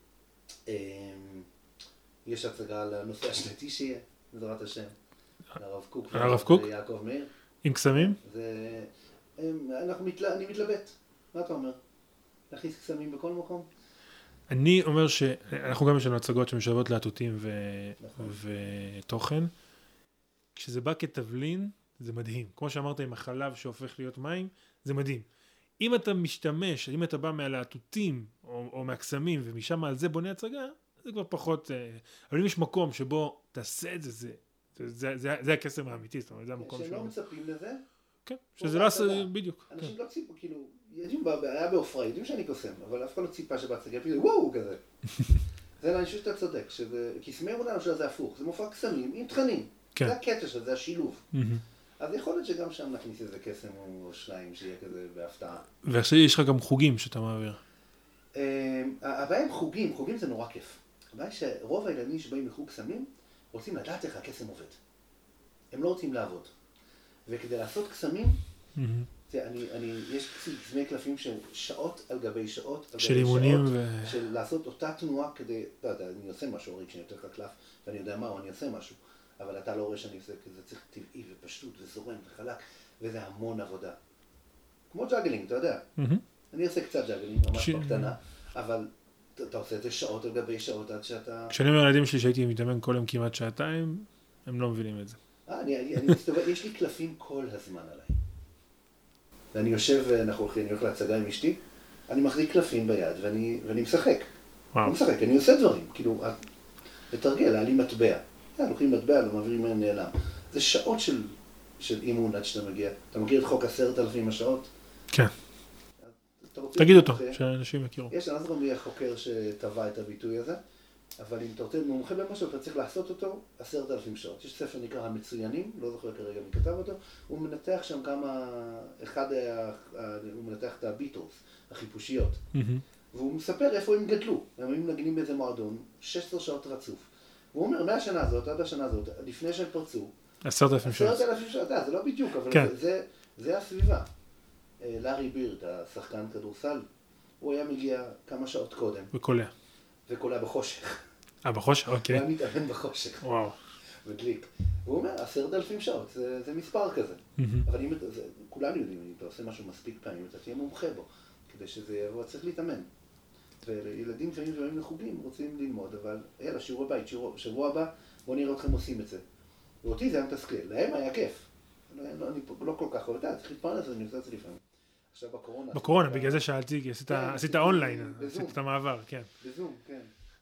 יש הצגה על הנושא השנתי שיהיה, בעזרת השם, הרב קוק ויעקב מאיר. עם קסמים? אני מתלבט, מה אתה אומר? להכניס קסמים בכל מקום? אני אומר שאנחנו גם יש לנו הצגות שמשלבות להטוטים ותוכן. כשזה בא כתבלין, זה מדהים. כמו שאמרת עם החלב שהופך להיות מים, זה מדהים. אם אתה משתמש, אם אתה בא מהלהטוטים או, או מהקסמים ומשם על זה בונה הצגה, זה כבר פחות... אבל אם יש מקום שבו תעשה את זה, זה, זה, זה, זה, זה הקסם האמיתי, זאת אומרת, זה המקום שלו. שלא מצפים לזה? כן, שזה לא עשה בדיוק. אנשים לא ציפו, כאילו, היה בעופרה, יודעים שאני קוסם, אבל אף אחד לא ציפה שבהצגה, וואו, כזה. זה אני חושב שאתה צודק, קסמי עבודה שלו זה הפוך, זה מופע קסמים עם תכנים. זה הקטע שלו, זה השילוב. אז יכול להיות שגם שם נכניס איזה קסם או שניים שיהיה כזה בהפתעה. ועכשיו יש לך גם חוגים שאתה מעביר. הבעיה עם חוגים, חוגים זה נורא כיף. הבעיה שרוב הילדים שבאים לחוג קסמים רוצים לדעת איך הקסם עובד. הם לא רוצים לעבוד. וכדי לעשות קסמים, יש קסמי קלפים של שעות על גבי שעות, של אימונים ו... של לעשות אותה תנועה כדי, לא יודע, אני עושה משהו, הרי כשאני יותר לך קלף ואני יודע מה, אני עושה משהו. אבל אתה לא רואה שאני עושה, כי זה צריך טבעי ופשוט וזורם וחלק, וזה המון עבודה. כמו ג'אגלינג, אתה יודע. אני עושה קצת ג'אגלינג, ממש בקטנה, אבל אתה עושה את זה שעות על גבי שעות עד שאתה... כשאני אומר לילדים שלי שהייתי מתאמן כל יום כמעט שעתיים, הם לא מבינים את זה. אני מסתובב, יש לי קלפים כל הזמן עליי. ואני יושב, אנחנו הולכים, אני הולך להצגה עם אשתי, אני מחזיק קלפים ביד ואני משחק. אני משחק, אני עושה דברים, כאילו, לתרגל, היה לי מטבע. לוקחים מטבע, לא מעבירים מהם נעלם. זה שעות של, של אימון עד שאתה מגיע. אתה מכיר את חוק עשרת אלפים השעות? כן. תגיד אותו, שאנשים יכירו. יש, אני לא זוכר מי החוקר שטבע את הביטוי הזה, אבל אם אתה רוצה מומחה במשהו, אתה צריך לעשות אותו עשרת אלפים שעות. יש ספר נקרא המצוינים, לא זוכר כרגע מי כתב אותו, הוא מנתח שם כמה, אחד, הוא מנתח את הביטלס, החיפושיות, והוא מספר איפה הם גדלו. הם היו מנגנים באיזה מועדון, שש עשרה שעות רצוף. והוא אומר, מהשנה הזאת, עד השנה הזאת, לפני שהם פרצו, עשרת אלפים שעות. עשרת אלפים שעות, זה לא בדיוק, אבל כן. זה, זה הסביבה. לארי בירד, השחקן כדורסל, הוא היה מגיע כמה שעות קודם. וקולע. וקולע בחושך. אה, בחושך? אוקיי. הוא היה מתאמן בחושך. וואו. וגליק. והוא אומר, עשרת אלפים שעות, זה, זה מספר כזה. Mm-hmm. אבל אם אתה, זה, כולנו יודעים, אם אתה עושה משהו מספיק פעמים, אתה תהיה מומחה בו, כדי שזה יבוא, צריך להתאמן. וילדים לפעמים שבאים לחוגים, רוצים ללמוד, אבל יאללה, שיעור הבית, שיעור, שבוע הבא, בואו נראה אתכם עושים את זה. ואותי זה היה מתסכל, להם היה כיף. לא, לא, אני לא כל כך אוהב, צריך להתפרנס, אני עושה את זה לפעמים. עכשיו בקורונה... בקורונה, בגלל זה שאלתי, כי עשית אונליין, עשית את המעבר, כן. בזום, כן.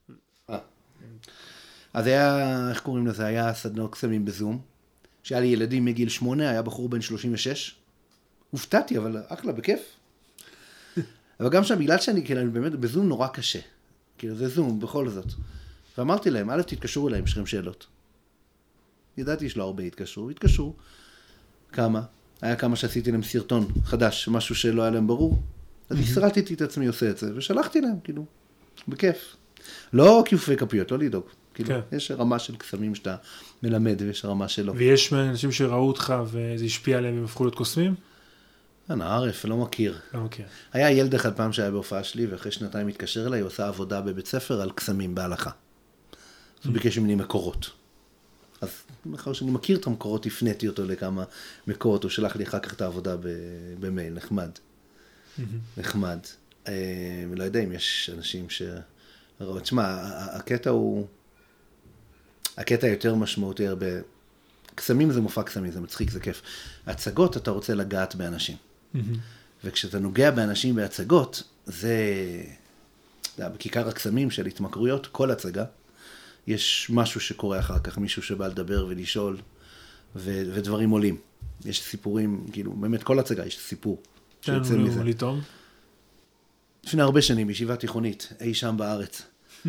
אז היה, איך קוראים לזה? היה סדנות קסמים בזום, שהיה לי ילדים מגיל שמונה, היה בחור בן שלושים ושש. הופתעתי, אבל אחלה, בכיף. אבל גם שם, בגלל שאני, כאילו, באמת, בזום נורא קשה. כאילו, זה זום, בכל זאת. ואמרתי להם, א', תתקשרו אליהם, יש לכם שאלות. ידעתי שלא הרבה התקשרו, התקשרו. כמה? היה כמה שעשיתי להם סרטון חדש, משהו שלא היה להם ברור. אז הסרטתי את עצמי עושה את זה, ושלחתי להם, כאילו, בכיף. לא כיפופי כפיות, לא לדאוג. כאילו, יש רמה של קסמים שאתה מלמד, ויש רמה שלא. ויש אנשים שראו אותך, וזה השפיע עליהם, הם הפכו להיות קוסמים? אני ערף, לא מכיר. לא מכיר. היה ילד אחד פעם שהיה בהופעה שלי, ואחרי שנתיים התקשר אליי, הוא עושה עבודה בבית ספר על קסמים בהלכה. אז הוא ביקש ממני מקורות. אז מאחר שאני מכיר את המקורות, הפניתי אותו לכמה מקורות, הוא שלח לי אחר כך את העבודה במייל, נחמד. נחמד. לא יודע אם יש אנשים ש... תשמע, הקטע הוא... הקטע יותר משמעותי הרבה... קסמים זה מופע קסמים, זה מצחיק, זה כיף. הצגות אתה רוצה לגעת באנשים. וכשאתה נוגע באנשים בהצגות, זה... בכיכר הקסמים של התמכרויות, כל הצגה, יש משהו שקורה אחר כך, מישהו שבא לדבר ולשאול, ו- ודברים עולים. יש סיפורים, כאילו, באמת כל הצגה יש סיפור. שיוצא מזה. לטעום? לפני הרבה שנים, בישיבה תיכונית, אי שם בארץ.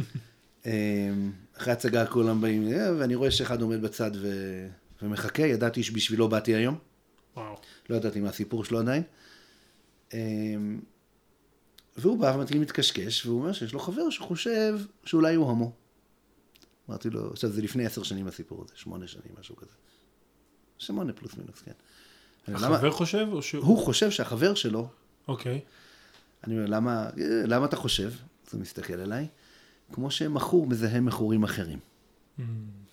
אחרי הצגה כולם באים, ואני רואה שאחד עומד בצד ו- ומחכה, ידעתי שבשבילו באתי היום. וואו. לא ידעתי מה הסיפור שלו עדיין. והוא בא ומתחיל מתקשקש, והוא אומר שיש לו חבר שחושב שאולי הוא המו. אמרתי לו, עכשיו זה לפני עשר שנים הסיפור הזה, שמונה שנים, משהו כזה. שמונה פלוס מינוס, כן. החבר למה, חושב או שהוא? הוא חושב שהחבר שלו. אוקיי. אני אומר, למה, למה אתה חושב? אז הוא מסתכל אליי, כמו שמכור מזהם מכורים אחרים. Mm.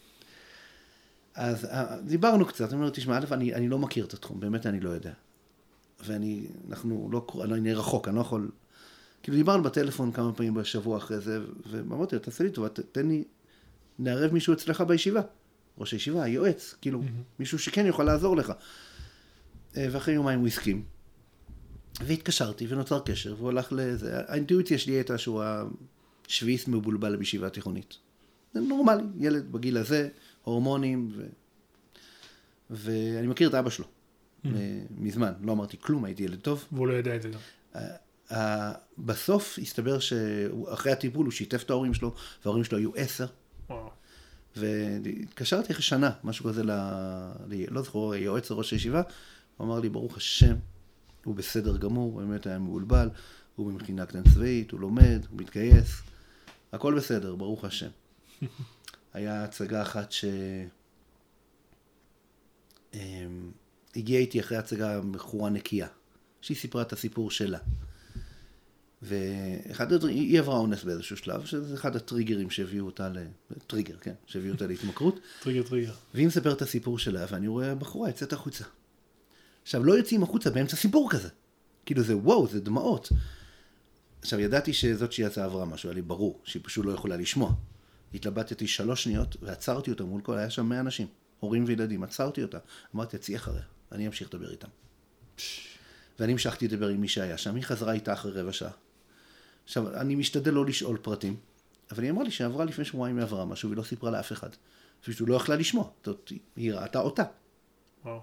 אז דיברנו קצת, אני אומר, תשמע, אלף, אני, אני לא מכיר את התחום, באמת אני לא יודע. ואני, אנחנו לא, אני רחוק, אני לא יכול, כאילו דיברנו בטלפון כמה פעמים בשבוע אחרי זה, ואמרתי, אתה עושה לי טובה, תן לי, נערב מישהו אצלך בישיבה, ראש הישיבה, היועץ, כאילו, mm-hmm. מישהו שכן יכול לעזור לך. ואחרי יומיים הוא הסכים, והתקשרתי ונוצר קשר, והוא הלך לזה, האינטואיציה שלי הייתה שהוא השביעיסט מבולבל בישיבה תיכונית. זה נורמלי, ילד בגיל הזה, הורמונים, ו... ואני מכיר את אבא שלו, mm-hmm. מזמן, לא אמרתי כלום, הייתי ילד טוב. והוא לא ידע את זה גם. בסוף הסתבר שאחרי הטיפול הוא שיתף את ההורים שלו, וההורים שלו היו עשר. וואו. והתקשרתי אחרי שנה, משהו כזה, ל... לא זוכר, יועץ ראש הישיבה, הוא אמר לי, ברוך השם, הוא בסדר גמור, הוא באמת היה מבולבל, הוא במכינה קדם צבאית, הוא לומד, הוא מתגייס, הכל בסדר, ברוך השם. היה הצגה אחת ש... הגיעה איתי אחרי הצגה בחורה נקייה, שהיא סיפרה את הסיפור שלה. ואחד הדברים, היא עברה אונס באיזשהו שלב, שזה אחד הטריגרים שהביאו אותה, טריגר, כן, שהביאו אותה להתמכרות. טריגר, טריגר. והיא מספר את הסיפור שלה, ואני רואה בחורה, יצאת החוצה. עכשיו, לא יוצאים החוצה באמצע סיפור כזה. כאילו זה, וואו, זה דמעות. עכשיו, ידעתי שזאת שהיא יצאה עברה משהו, היה לי ברור, שהיא פשוט לא יכולה לשמוע. התלבטתי שלוש שניות, ועצרתי אותה מול כל, היה שם מאה אנשים, הורים וילדים, עצרתי אותה. אמרתי, יצאי אחריה, אני אמשיך לדבר איתם. ואני המשכתי לדבר עם מי שהיה שם, היא חזרה איתה אחרי רבע שעה. עכשיו, אני משתדל לא לשאול פרטים, אבל היא אמרה לי שעברה לפני שבועיים היא עברה משהו, והיא לא סיפרה לאף אחד. פשוט לא יכלה לשמוע, היא ראתה אותה. וואו.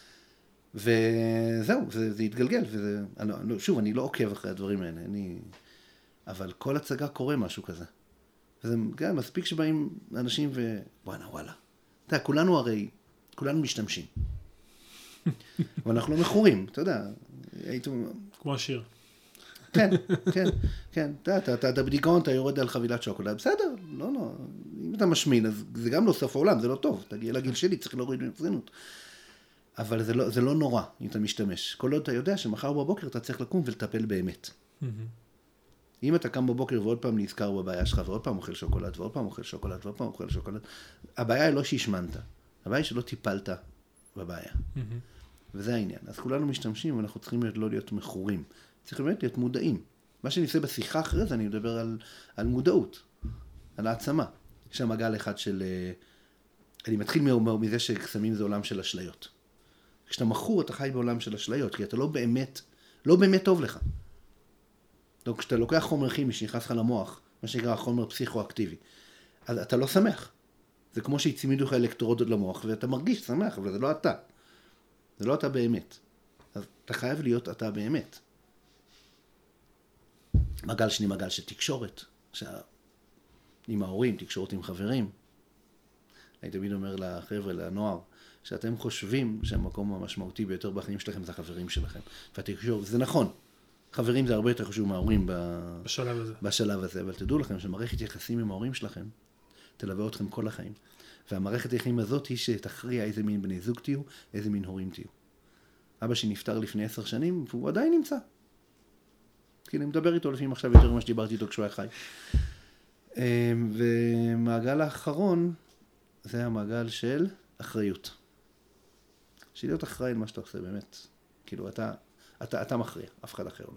וזהו, זה, זה התגלגל, וזה, אני, שוב, אני לא עוקב אחרי הדברים האלה, אני, אבל כל הצגה קורה משהו כזה. וזה גם מספיק שבאים אנשים ו... וואנה, וואלה. אתה יודע, כולנו הרי, כולנו משתמשים. אבל אנחנו לא מכורים, אתה יודע. הייתו... כמו השיר. כן, כן, כן. אתה, אתה, אתה בדיכאון, אתה יורד על חבילת שוקולד. בסדר, לא, לא. אם אתה משמין, אז זה גם לא סוף העולם, זה לא טוב. תגיע לגיל שלי, צריך להוריד מפזינות. אבל זה לא, זה לא נורא, אם אתה משתמש. כל עוד אתה יודע שמחר בבוקר אתה צריך לקום ולטפל באמת. אם אתה קם בבוקר ועוד פעם נזכר בבעיה שלך, ועוד פעם אוכל שוקולד, ועוד פעם אוכל שוקולד, ועוד פעם אוכל שוקולד, הבעיה היא לא שהשמנת, הבעיה היא שלא טיפלת בבעיה. Mm-hmm. וזה העניין. אז כולנו משתמשים, ואנחנו צריכים להיות, לא להיות מכורים. צריכים באמת להיות מודעים. מה שאני עושה בשיחה אחרי זה, אני מדבר על, על מודעות, על העצמה. יש שם מעגל אחד של... אני מתחיל מזה שקסמים זה עולם של אשליות. כשאתה מכור, אתה חי בעולם של אשליות, כי אתה לא באמת, לא באמת טוב לך. כשאתה לוקח חומר כימי שנכנס לך למוח, מה שנקרא חומר פסיכואקטיבי, אז אתה לא שמח. זה כמו שהצמידו לך אלקטרודות למוח, ואתה מרגיש שמח, אבל זה לא אתה. זה לא אתה באמת. אז אתה חייב להיות אתה באמת. מעגל שני, מעגל של תקשורת. שה... עם ההורים, תקשורת עם חברים. אני תמיד אומר לחבר'ה, לנוער, שאתם חושבים שהמקום המשמעותי ביותר בחיים שלכם זה החברים שלכם. והתקשורת, זה נכון. חברים זה הרבה יותר חשוב מההורים ב... בשלב הזה. בשלב הזה, אבל תדעו לכם שמערכת יחסים עם ההורים שלכם תלווה אתכם כל החיים. והמערכת היחסים הזאת היא שתכריע איזה מין בני זוג תהיו, איזה מין הורים תהיו. אבא שנפטר לפני עשר שנים, והוא עדיין נמצא. כי אני מדבר איתו לפעמים עכשיו יותר ממה שדיברתי איתו כשהוא היה חי. ומעגל האחרון, זה המעגל של אחריות. של להיות אחראי למה שאתה עושה, באמת. כאילו, אתה, אתה, אתה מכריע, אף אחד אחר לא.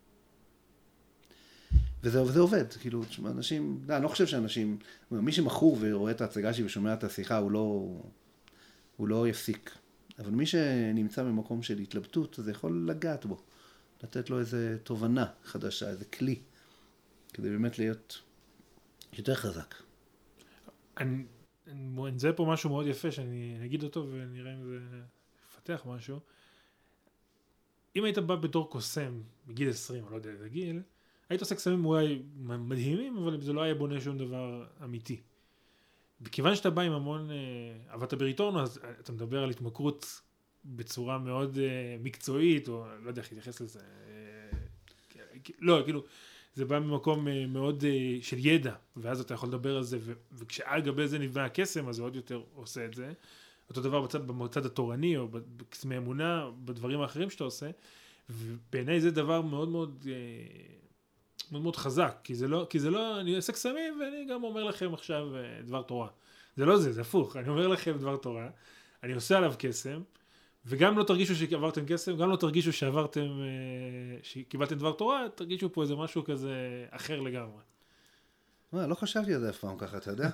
וזה, וזה עובד, כאילו, אנשים, לא, אני לא חושב שאנשים, מי שמכור ורואה את ההצגה שלי ושומע את השיחה, הוא לא, הוא לא יפסיק. אבל מי שנמצא במקום של התלבטות, זה יכול לגעת בו. לתת לו איזו תובנה חדשה, איזה כלי, כדי באמת להיות יותר חזק. אני, אני, זה פה משהו מאוד יפה, שאני אגיד אותו ונראה אם זה יפתח משהו. אם היית בא בתור קוסם, בגיל עשרים, או לא יודע איזה גיל, היית עושה קסמים אולי מדהימים, אבל זה לא היה בונה שום דבר אמיתי. בכיוון שאתה בא עם המון, עבדת בריטורנו, אז אתה מדבר על התמכרות בצורה מאוד מקצועית, או לא יודע איך להתייחס לזה. לא, כאילו, זה בא ממקום מאוד של ידע, ואז אתה יכול לדבר על זה, וכשעל גבי זה נבנה הקסם, אז זה עוד יותר עושה את זה. אותו דבר בצד, בצד התורני, או בקסמי אמונה, בדברים האחרים שאתה עושה, ובעיניי זה דבר מאוד מאוד... מאוד מאוד חזק, כי זה לא, כי זה לא, אני עושה קסמים ואני גם אומר לכם עכשיו דבר תורה. זה לא זה, זה הפוך. אני אומר לכם דבר תורה, אני עושה עליו קסם, וגם לא תרגישו שעברתם קסם, גם לא תרגישו שעברתם, שקיבלתם דבר תורה, תרגישו פה איזה משהו כזה אחר לגמרי. לא חשבתי על זה אף פעם ככה, אתה יודע?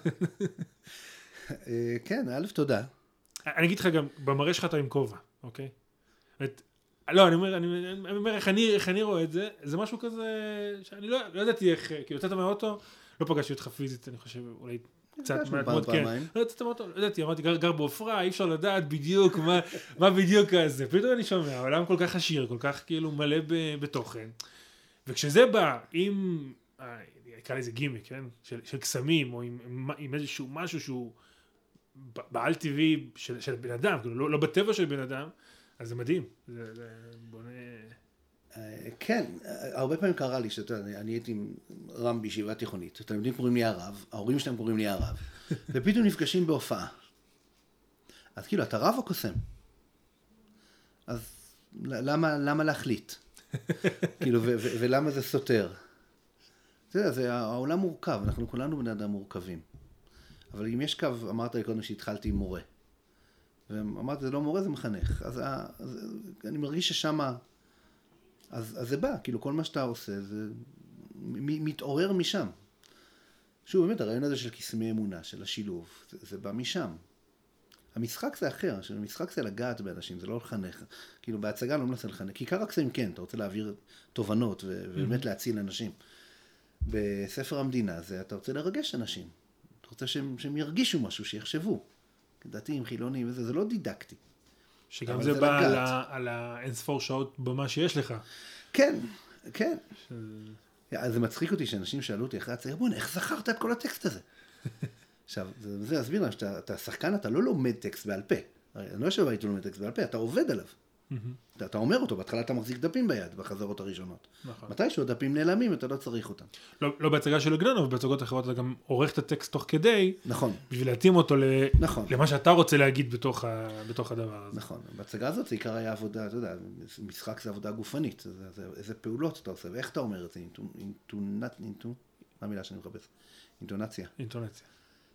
כן, א', תודה. אני אגיד לך גם, במראה שלך אתה עם כובע, אוקיי? לא, אני אומר, אני, אני אומר איך אני, איך אני רואה את זה, זה משהו כזה, שאני לא, לא ידעתי איך, כאילו, יצאת מהאוטו, לא פגשתי אותך פיזית, אני חושב, אולי קצת מעט מאוד, כן. לא יצאת מהאוטו, לא ידעתי, אמרתי, גר, גר באופרה, אי אפשר לדעת בדיוק מה, מה בדיוק הזה. פתאום אני שומע, העולם כל כך עשיר, כל כך כאילו מלא ב, בתוכן. וכשזה בא עם, נקרא לזה גימיק, כן? של, של קסמים, או עם, עם איזשהו משהו שהוא בעל טבעי של, של בן אדם, כאילו, לא, לא בטבע של בן אדם, אז זה מדהים, זה, זה בונה... כן, הרבה פעמים קרה לי שאתה, אני הייתי עם רם בישיבה תיכונית, התלמידים קוראים לי הרב, ההורים שלהם קוראים לי הרב, ופתאום נפגשים בהופעה. אז כאילו, אתה רב או קוסם? אז למה, למה להחליט? כאילו, ו- ו- ולמה זה סותר? אתה יודע, זה, העולם מורכב, אנחנו כולנו בני אדם מורכבים. אבל אם יש קו, אמרת לי קודם שהתחלתי עם מורה. ואמרתי, זה לא מורה, זה מחנך. אז, אז אני מרגיש ששם, אז, אז זה בא, כאילו כל מה שאתה עושה, זה מ, מתעורר משם. שוב, באמת, הרעיון הזה של קסמי אמונה, של השילוב, זה, זה בא משם. המשחק זה אחר, המשחק זה לגעת באנשים, זה לא לחנך. כאילו בהצגה לא מנסה לחנך, כי עיקר הקסמים כן, אתה רוצה להעביר תובנות ו- ובאמת להציל אנשים. בספר המדינה זה, אתה רוצה לרגש אנשים. אתה רוצה שהם, שהם ירגישו משהו, שיחשבו. דתיים, חילונים, וזה, זה לא דידקטי. שגם זה, זה בא על, ה, על האינספור שעות במה שיש לך. כן, כן. ש... זה מצחיק אותי שאנשים שאלו אותי אחרי הצעיר, בואי, איך זכרת את כל הטקסט הזה? עכשיו, זה, זה להסביר להם שאתה אתה שחקן, אתה לא לומד טקסט בעל פה. אני לא יושב הייתי לומד טקסט בעל פה, אתה עובד עליו. אתה, אתה אומר אותו, בהתחלה אתה מחזיק דפים ביד בחזרות הראשונות. נכון. מתישהו הדפים נעלמים, אתה לא צריך אותם. לא, לא בהצגה של עגנון, אבל בהצגות אחרות אתה גם עורך את הטקסט תוך כדי, נכון. בשביל להתאים אותו ל... נכון. למה שאתה רוצה להגיד בתוך, ה... בתוך הדבר הזה. נכון. בהצגה הזאת זה עיקר היה עבודה, אתה יודע, משחק זה עבודה גופנית. זה, זה, איזה פעולות אתה עושה, ואיך אתה אומר את זה? אינטונט, אינטו, מה המילה שאני מחפש? אינטונציה. אינטונציה.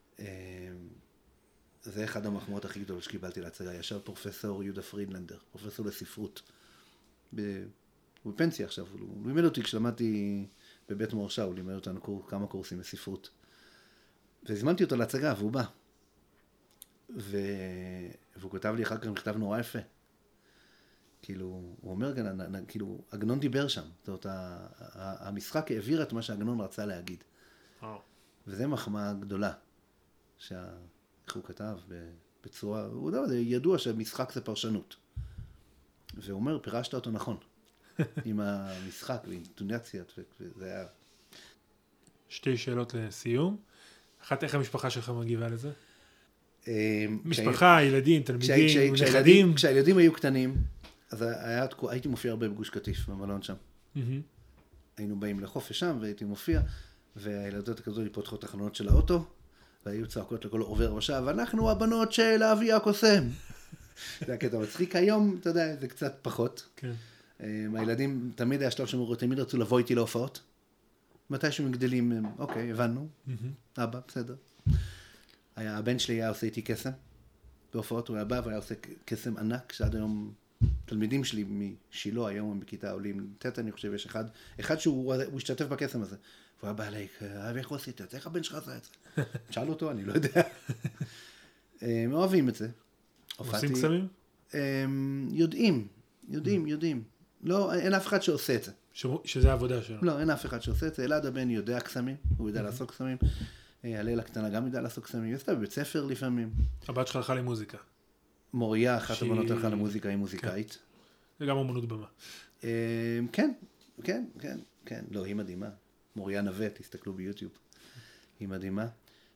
זה אחד המחמאות הכי גדולות שקיבלתי להצגה. ישב פרופסור יהודה פרידלנדר, פרופסור לספרות. הוא בפנסיה עכשיו, הוא לימד אותי כשלמדתי בבית מורשה, הוא לימד אותנו קור, כמה קורסים בספרות. והזמנתי אותו להצגה, והוא בא. ו... והוא כתב לי אחר כך מכתב נורא יפה. כאילו, הוא אומר, כאילו, עגנון דיבר שם. זאת אומרת, המשחק העביר את מה שעגנון רצה להגיד. וזה מחמאה גדולה. שה... איך הוא כתב בצורה... הוא יודע, זה ידוע שהמשחק זה פרשנות. והוא אומר, פירשת אותו נכון. עם המשחק ואינטונציות, וזה היה... שתי שאלות לסיום. אחת, איך המשפחה שלך מגיבה לזה? משפחה, ילדים, תלמידים, נכדים. כשהילדים היו קטנים, אז הייתי מופיע הרבה בגוש קטיף, במלון שם. היינו באים לחופש שם, והייתי מופיע, והילדות כזאת פותחות את החלונות של האוטו, והיו צעקות לכל עובר ושב, אנחנו הבנות של אבי הקוסם. זה הקטע מצחיק. היום, אתה יודע, זה קצת פחות. כן. הילדים, תמיד היה שלב שאומרו, תמיד רצו לבוא איתי להופעות. מתי שהם גדלים, אוקיי, הבנו. אבא, בסדר. הבן שלי היה עושה איתי קסם. בהופעות הוא היה בא והיה עושה קסם ענק, שעד היום תלמידים שלי משילו, היום הם בכיתה עולים. תת, אני חושב, יש אחד, אחד שהוא השתתף בקסם הזה. והוא היה בא אליי, איך הוא עשית את זה? איך הבן שלך עשה את זה? שאל אותו, אני לא יודע. הם אוהבים את זה. עושים קסמים? יודעים, יודעים, יודעים. לא, אין אף אחד שעושה את זה. שזה העבודה שלו. לא, אין אף אחד שעושה את זה. אלעד הבן יודע קסמים, הוא יודע לעשות קסמים. הלילה הקטנה גם יודע לעשות קסמים. היא עשתה בבית ספר לפעמים. הבת שלך הלכה למוזיקה. מוריה, אחת הבנות הלכה למוזיקה, היא מוזיקאית. זה גם אמנות במה. כן, כן, כן, כן. לא, היא מדהימה. מוריה נווה, תסתכלו ביוטיוב. היא מדהימה.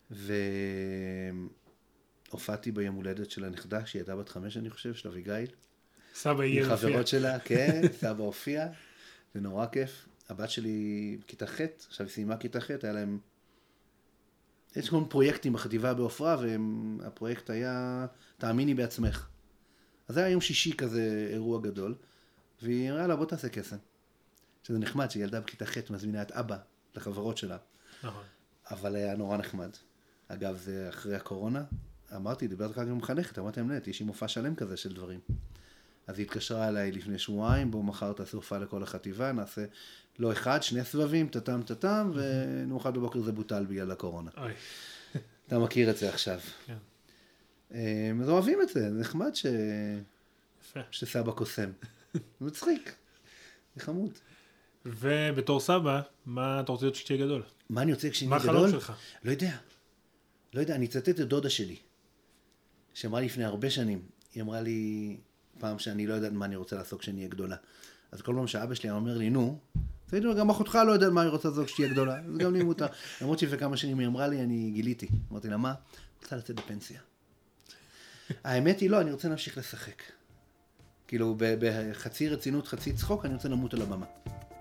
והופעתי ביום הולדת של הנכדה, שהיא הייתה בת חמש, אני חושב, של אביגיל. סבא יהיה מופיע. חברות שלה, כן, סבא הופיע. זה נורא כיף. הבת שלי כיתה ח', עכשיו היא סיימה כיתה ח', היה להם... יש כל מיני פרויקטים בחטיבה בעופרה, והפרויקט היה, תאמיני בעצמך. אז זה היה יום שישי כזה אירוע גדול, והיא אמרה לה, בוא תעשה קסם. שזה נחמד, שילדה בכיתה ח' מזמינה את אבא לחברות שלה. נכון. אבל היה נורא נחמד. אגב, זה אחרי הקורונה, אמרתי, דיברתי לך גם מחנכת, אמרתי להם, נט, יש לי מופע שלם כזה של דברים. אז היא התקשרה אליי לפני שבועיים, בואו מחר תעשה הופעה לכל החטיבה, נעשה לא אחד, שני סבבים, תתם תתם, ונמחד בבוקר זה בוטל בגלל הקורונה. אוי. אתה מכיר את זה עכשיו. כן. אז אוהבים את זה, זה נחמד ש... שסבא קוסם. זה מצחיק. זה חמוד. ובתור סבא, מה אתה רוצה להיות שתהיה גדול? מה אני רוצה כשאני גדול? מה החלום שלך? לא יודע. לא יודע, אני אצטט את דודה שלי, שאמרה לי לפני הרבה שנים, היא אמרה לי פעם שאני לא יודעת מה אני רוצה לעשות כשאני אהיה גדולה. אז כל פעם שאבא שלי אומר לי, נו, תגידו לו, גם אחותך לא יודעת מה היא רוצה לעשות כשתהיה גדולה. זה גם לי מותר. למרות שלפני כמה שנים היא אמרה לי, אני גיליתי. אמרתי לה, מה? רוצה לצאת בפנסיה. האמת היא לא, אני רוצה להמשיך לשחק. כאילו, בחצי רצינות, חצי צחוק, אני רוצה למות על הבמה.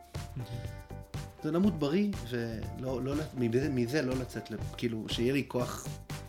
זה למות בריא, ומזה לא לצאת, כאילו, שיהיה לי כוח...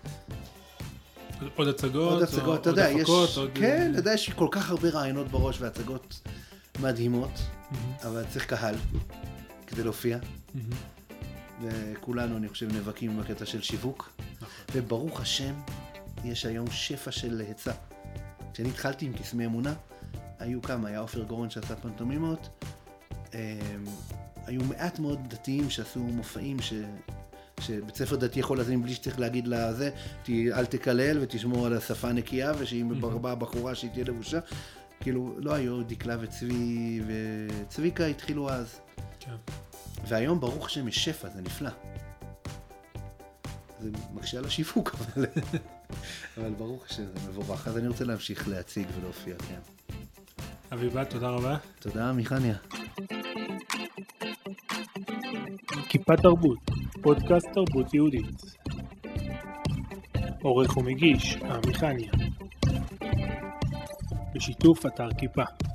עוד הצגות, עוד הצגות, אתה יודע, יש... כן, אתה יודע, יש כל כך הרבה רעיונות בראש, והצגות מדהימות, אבל צריך קהל כדי להופיע. וכולנו, אני חושב, נאבקים בקטע של שיווק. וברוך השם, יש היום שפע של היצע. כשאני התחלתי עם קסמי אמונה, היו כמה, היה עופר גורן שעשה פנטומימות, היו מעט מאוד דתיים שעשו מופעים ש... שבית ספר דתי יכול להזמין בלי שצריך להגיד לה זה, אל תקלל ותשמור על השפה נקייה, ושאם באה בחורה שהיא תהיה לבושה, כאילו לא היו דקלה וצבי וצביקה התחילו אז. כן. והיום ברוך השם יש שפע, זה נפלא. זה מקשה על השיווק, אבל, אבל ברוך השם זה מבורך. אז אני רוצה להמשיך להציג ולהופיע, כן. אביבד, תודה רבה. תודה, מיכניה. כיפה תרבות, פודקאסט תרבות יהודית. עורך ומגיש, מיכניה. בשיתוף אתר כיפה.